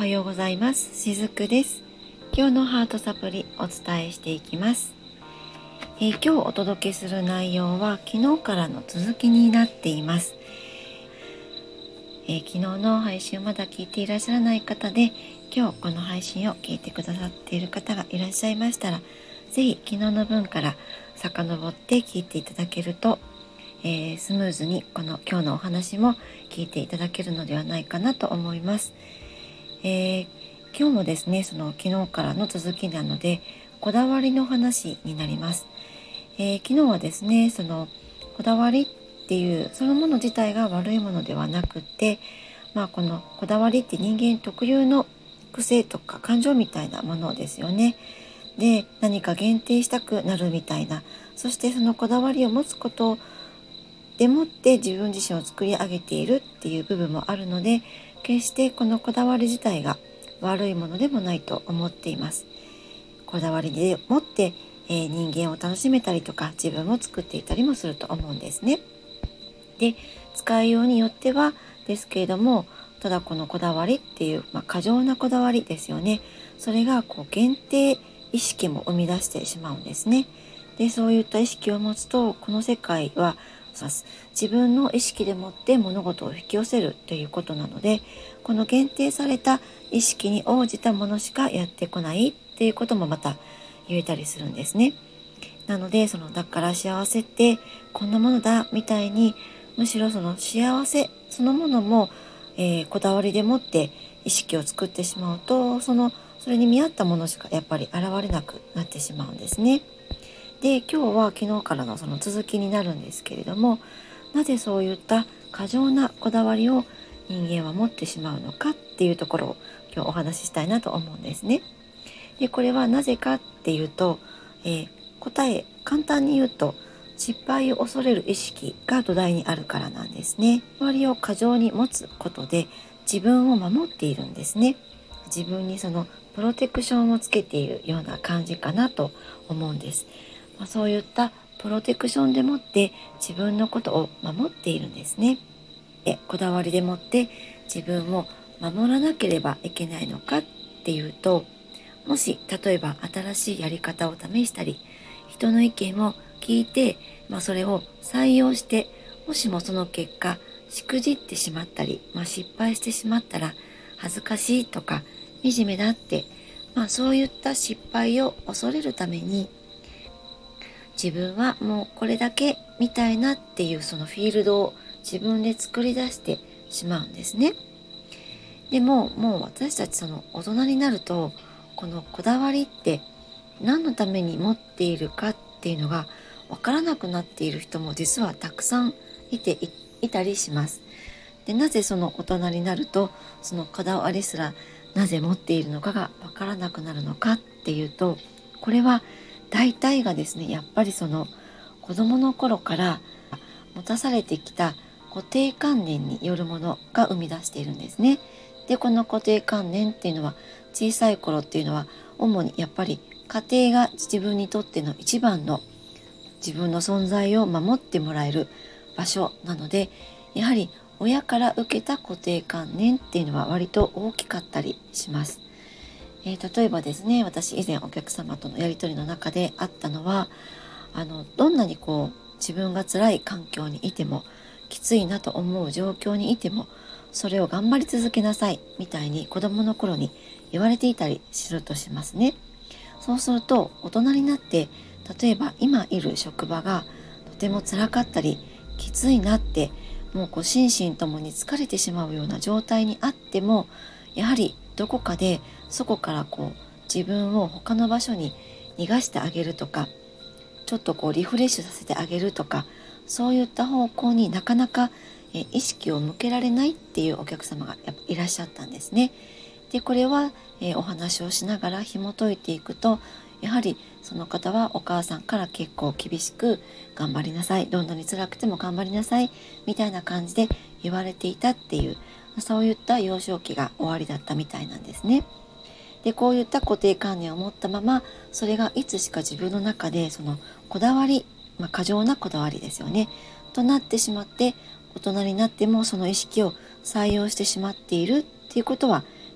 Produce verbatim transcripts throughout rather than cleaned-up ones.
はようございます。しずくです。今日のハートサプリお伝えしていきます。えー今日お届けする内容は昨日からの続きになっています。えー昨日の配信をまだ聞いていらっしゃらない方で、今日この配信を聞いてくださっている方がいらっしゃいましたら、ぜひ昨日の分から遡って聞いていただけると、えースムーズにこの今日のお話も聞いていただけるのではないかなと思います。えー今日もですね、その昨日からの続きなので、こだわりの話になります。えー昨日はですね、そのこだわりっていうそのもの自体が悪いものではなくて、まあこのこだわりって人間特有の癖とか感情みたいなものですよね。で、何か限定したくなるみたいな、そしてそのこだわりを持つことでもって自分自身を作り上げているっていう部分もあるので、決してこのこだわり自体が悪いものでもないと思っています。こだわりでもって、えー人間を楽しめたりとか自分を作っていたりもすると思うんですね。で、使いようによってはですけれども、ただこのこだわりっていう、まあ、過剰なこだわりですよね。それがこう限定意識も生み出してしまうんですね。で、そういった意識を持つと、この世界はさす自分の意識でもって物事を引き寄せるということなので、この限定された意識に応じたものしかやってこないっていうこともまた言えたりするんですね。なので、そのだから幸せってこんなものだみたいに、むしろその幸せそのものも、えーこだわりでもって意識を作ってしまうと、そのそれに見合ったものしかやっぱり現れなくなってしまうんですね。で、今日は昨日からのその続きになるんですけれども、なぜそういった過剰なこだわりを人間は持ってしまうのかっていうところを今日お話ししたいなと思うんですね。で、これはなぜかっていうと、えー答え簡単に言うと、失敗を恐れる意識が土台にあるからなんですね。こだわりを過剰に持つことで自分を守っているんですね。自分にそのプロテクションをつけているような感じかなと思うんです。まあ、そういったプロテクションでもって自分のことを守っているんですね。で、こだわりでもって自分を守らなければいけないのかっていうと、もし例えば新しいやり方を試したり、人の意見を聞いて、まあ、それを採用して、もしもその結果しくじってしまったり、まあ、失敗してしまったら恥ずかしいとか惨めだって、まあ、そういった失敗を恐れるために、自分はもうこれだけみたいなっていうそのフィールドを自分で作り出してしまうんですね。でももう私たちその大人になると、このこだわりって何のために持っているかっていうのがわからなくなっている人も実はたくさんいてい、いたりします。で、なぜその大人になるとそのこだわりすらなぜ持っているのかがわからなくなるのかっていうと、これは大体がですね、やっぱりその子供の頃から持たされてきた固定観念によるものが生み出しているんですね。で、この固定観念っていうのは、小さい頃っていうのは主にやっぱり家庭が自分にとっての一番の自分の存在を守ってもらえる場所なので、やはり親から受けた固定観念っていうのは割と大きかったりします。えー例えばですね、私以前お客様とのやり取りの中であったのは、あのどんなにこう自分が辛い環境にいても、きついなと思う状況にいても、それを頑張り続けなさいみたいに子供の頃に言われていたりするとしますね。そうすると大人になって、例えば今いる職場がとても辛かったりきついなって、もうこう心身ともに疲れてしまうような状態にあっても、やはりどこかでそこからこう自分を他の場所に逃がしてあげるとか、ちょっとこうリフレッシュさせてあげるとか、そういった方向になかなかえ意識を向けられないっていうお客様がやっぱいらっしゃったんですね。で、これは、えーお話をしながら紐解いていくと、やはりその方はお母さんから結構厳しく頑張りなさい、どんなに辛くても頑張りなさいみたいな感じで言われていたっていう、そういった幼少期が終わりだったみたいなんですね。で、こういった固定観念を持ったまま、それがいつしか自分の中でそのこだわり、まあ、過剰なこだわりですよねとなってしまって、大人になってもその意識を採用してしまっているっていうことは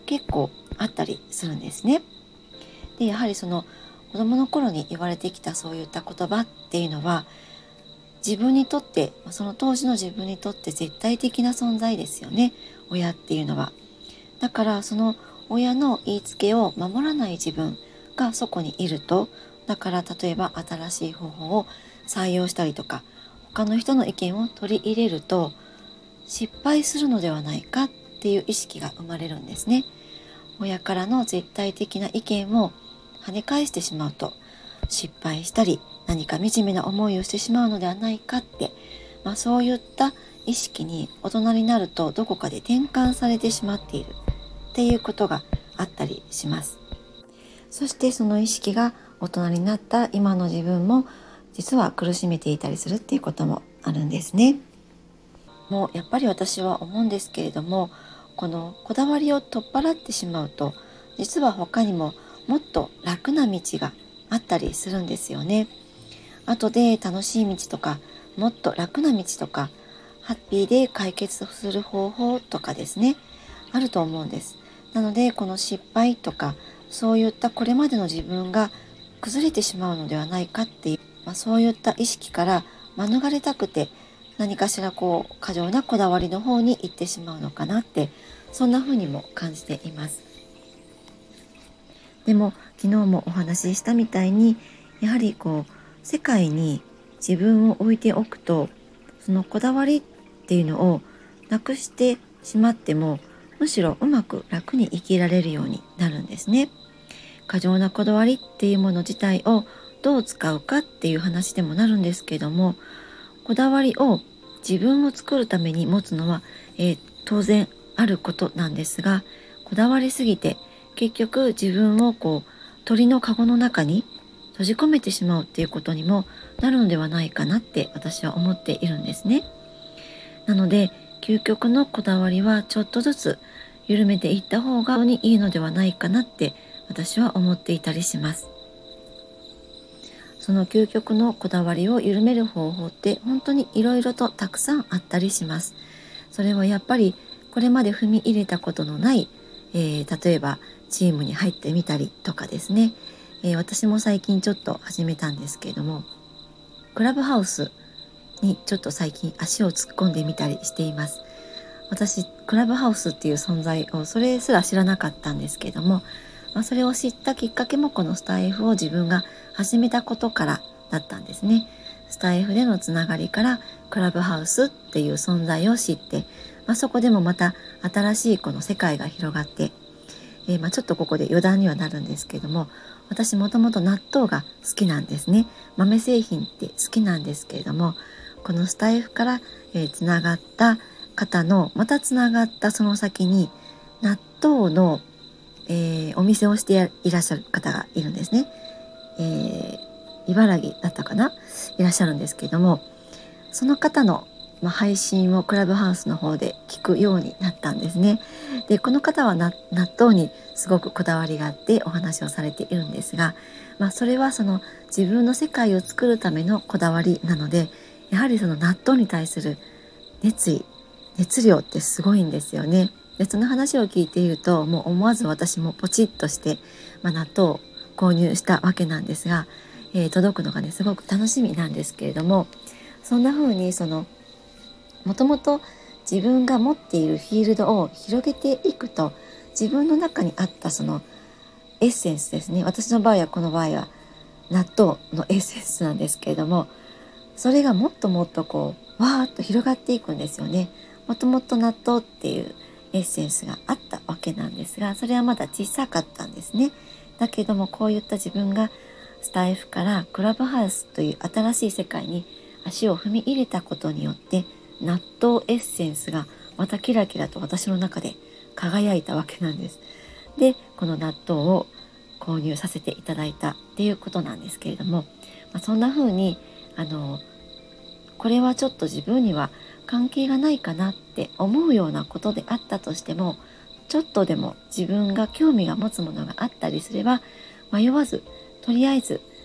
結構あったりするんですね。でやはりその子供の頃に言われてきたそういった言葉っていうのは、自分にとってその当時の自分にとって絶対的な存在ですよね、親っていうのは。だからその親の言いつけを守らない自分がそこにいると、だから例えば新しい方法を採用したりとか、他の人の意見を取り入れると失敗するのではないかっていう意識が生まれるんですね。親からの絶対的な意見を跳ね返してしまうと失敗したり、何か惨めな思いをしてしまうのではないかって、まあ、そういった意識に大人になるとどこかで転換されてしまっているっていうことがあったりします。そしてその意識が大人になった今の自分も実は苦しめていたりするっていうこともあるんですね。もうやっぱり私は思うんですけれども、このこだわりを取っ払ってしまうと、実は他にももっと楽な道があったりするんですよね。後で楽しい道とか、もっと楽な道とか、ハッピーで解決する方法とかですね、あると思うんです。なのでこの失敗とか、そういったこれまでの自分が崩れてしまうのではないかっていう、まあ、そういった意識から免れたくて、何かしらこう過剰なこだわりの方に行ってしまうのかなって、そんな風にも感じています。でも昨日もお話ししたみたいに、やはりこう世界に自分を置いておくと、そのこだわりっていうのをなくしてしまっても、むしろうまく楽に生きられるようになるんですね。過剰なこだわりっていうもの自体をどう使うかっていう話でもなるんですけども、こだわりを自分を作るために持つのは、えー当然あることなんですが、こだわりすぎて結局自分をこう鳥の籠の中に閉じ込めてしまうっていうことにもなるのではないかなって私は思っているんですね。なので究極のこだわりはちょっとずつ緩めていった方がいいのではないかなって私は思っていたりします。その究極のこだわりを緩める方法って本当にいろいろとたくさんあったりします。それはやっぱりこれまで踏み入れたことのない、えー例えばチームに入ってみたりとかですね、えー私も最近ちょっと始めたんですけれども、クラブハウスにちょっと最近足を突っ込んでみたりしています。私クラブハウスっていう存在をそれすら知らなかったんですけれども、まあ、それを知ったきっかけもこのスタイフを自分が始めたことからだったんですね。スタイフでのつながりからクラブハウスっていう存在を知って、まあ、そこでもまた新しいこの世界が広がって、えーまあ、ちょっとここで余談にはなるんですけども、私もともと納豆が好きなんですね。豆製品って好きなんですけれども、このスタイフから、えーつながった方のまたつながったその先に納豆の、えーお店をしていらっしゃる方がいるんですね。えー茨城だったかないらっしゃるんですけれども、その方の、まあ、配信をクラブハウスの方で聞くようになったんですね。でこの方はな納豆にすごくこだわりがあってお話をされているんですが、まあ、それはその自分の世界を作るためのこだわりなので、やはりその納豆に対する熱意熱量ってすごいんですよね。でその話を聞いていると、もう思わず私もポチッとして、まあ、納豆を購入したわけなんですが、えー届くのがねすごく楽しみなんですけれども、そんな風にそのもともと自分が持っているフィールドを広げていくと、自分の中にあったそのエッセンスですね、私の場合はこの場合は納豆のエッセンスなんですけれども、それがもっともっとこうわーっと広がっていくんですよね。もともと納豆っていうエッセンスがあったわけなんですが、それはまだ小さかったんですね。だけどもこういった自分がスタイフからクラブハウスという新しい世界に足を踏み入れたことによって、納豆エッセンスがまたキラキラと私の中で輝いたわけなんです。でこの納豆を購入させていただいたっていうことなんですけれども、まあ、そんな風にあのこれはちょっと自分には関係がないかなって思うようなことであったとしても、ちょっとでも自分が興味が持つものがあったりすれば、迷わずとりあえず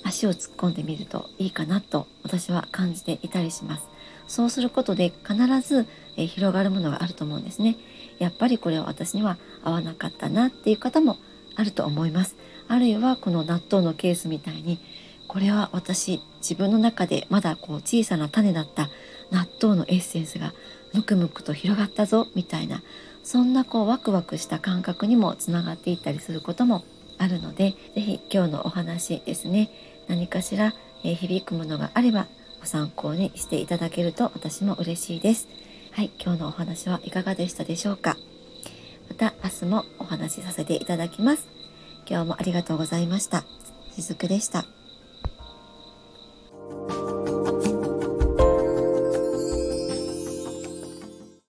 足を突っ込んでみるといいかなと私は感じていたりします。そうすることで必ず、えー広がるものがあると思うんですね。やっぱりこれは私には合わなかったなっていう方もあると思います。あるいはこの納豆のケースみたいに、これは私自分の中でまだこう小さな種だった納豆のエッセンスがむくむくと広がったぞみたいな、そんなこうワクワクした感覚にもつながっていったりすることもあるので、ぜひ今日のお話ですね、何かしら、えー響くものがあればご参考にしていただけると私も嬉しいです。はい、今日のお話はいかがでしたでしょうか。また明日もお話しさせていただきます。今日もありがとうございました。しずくでした。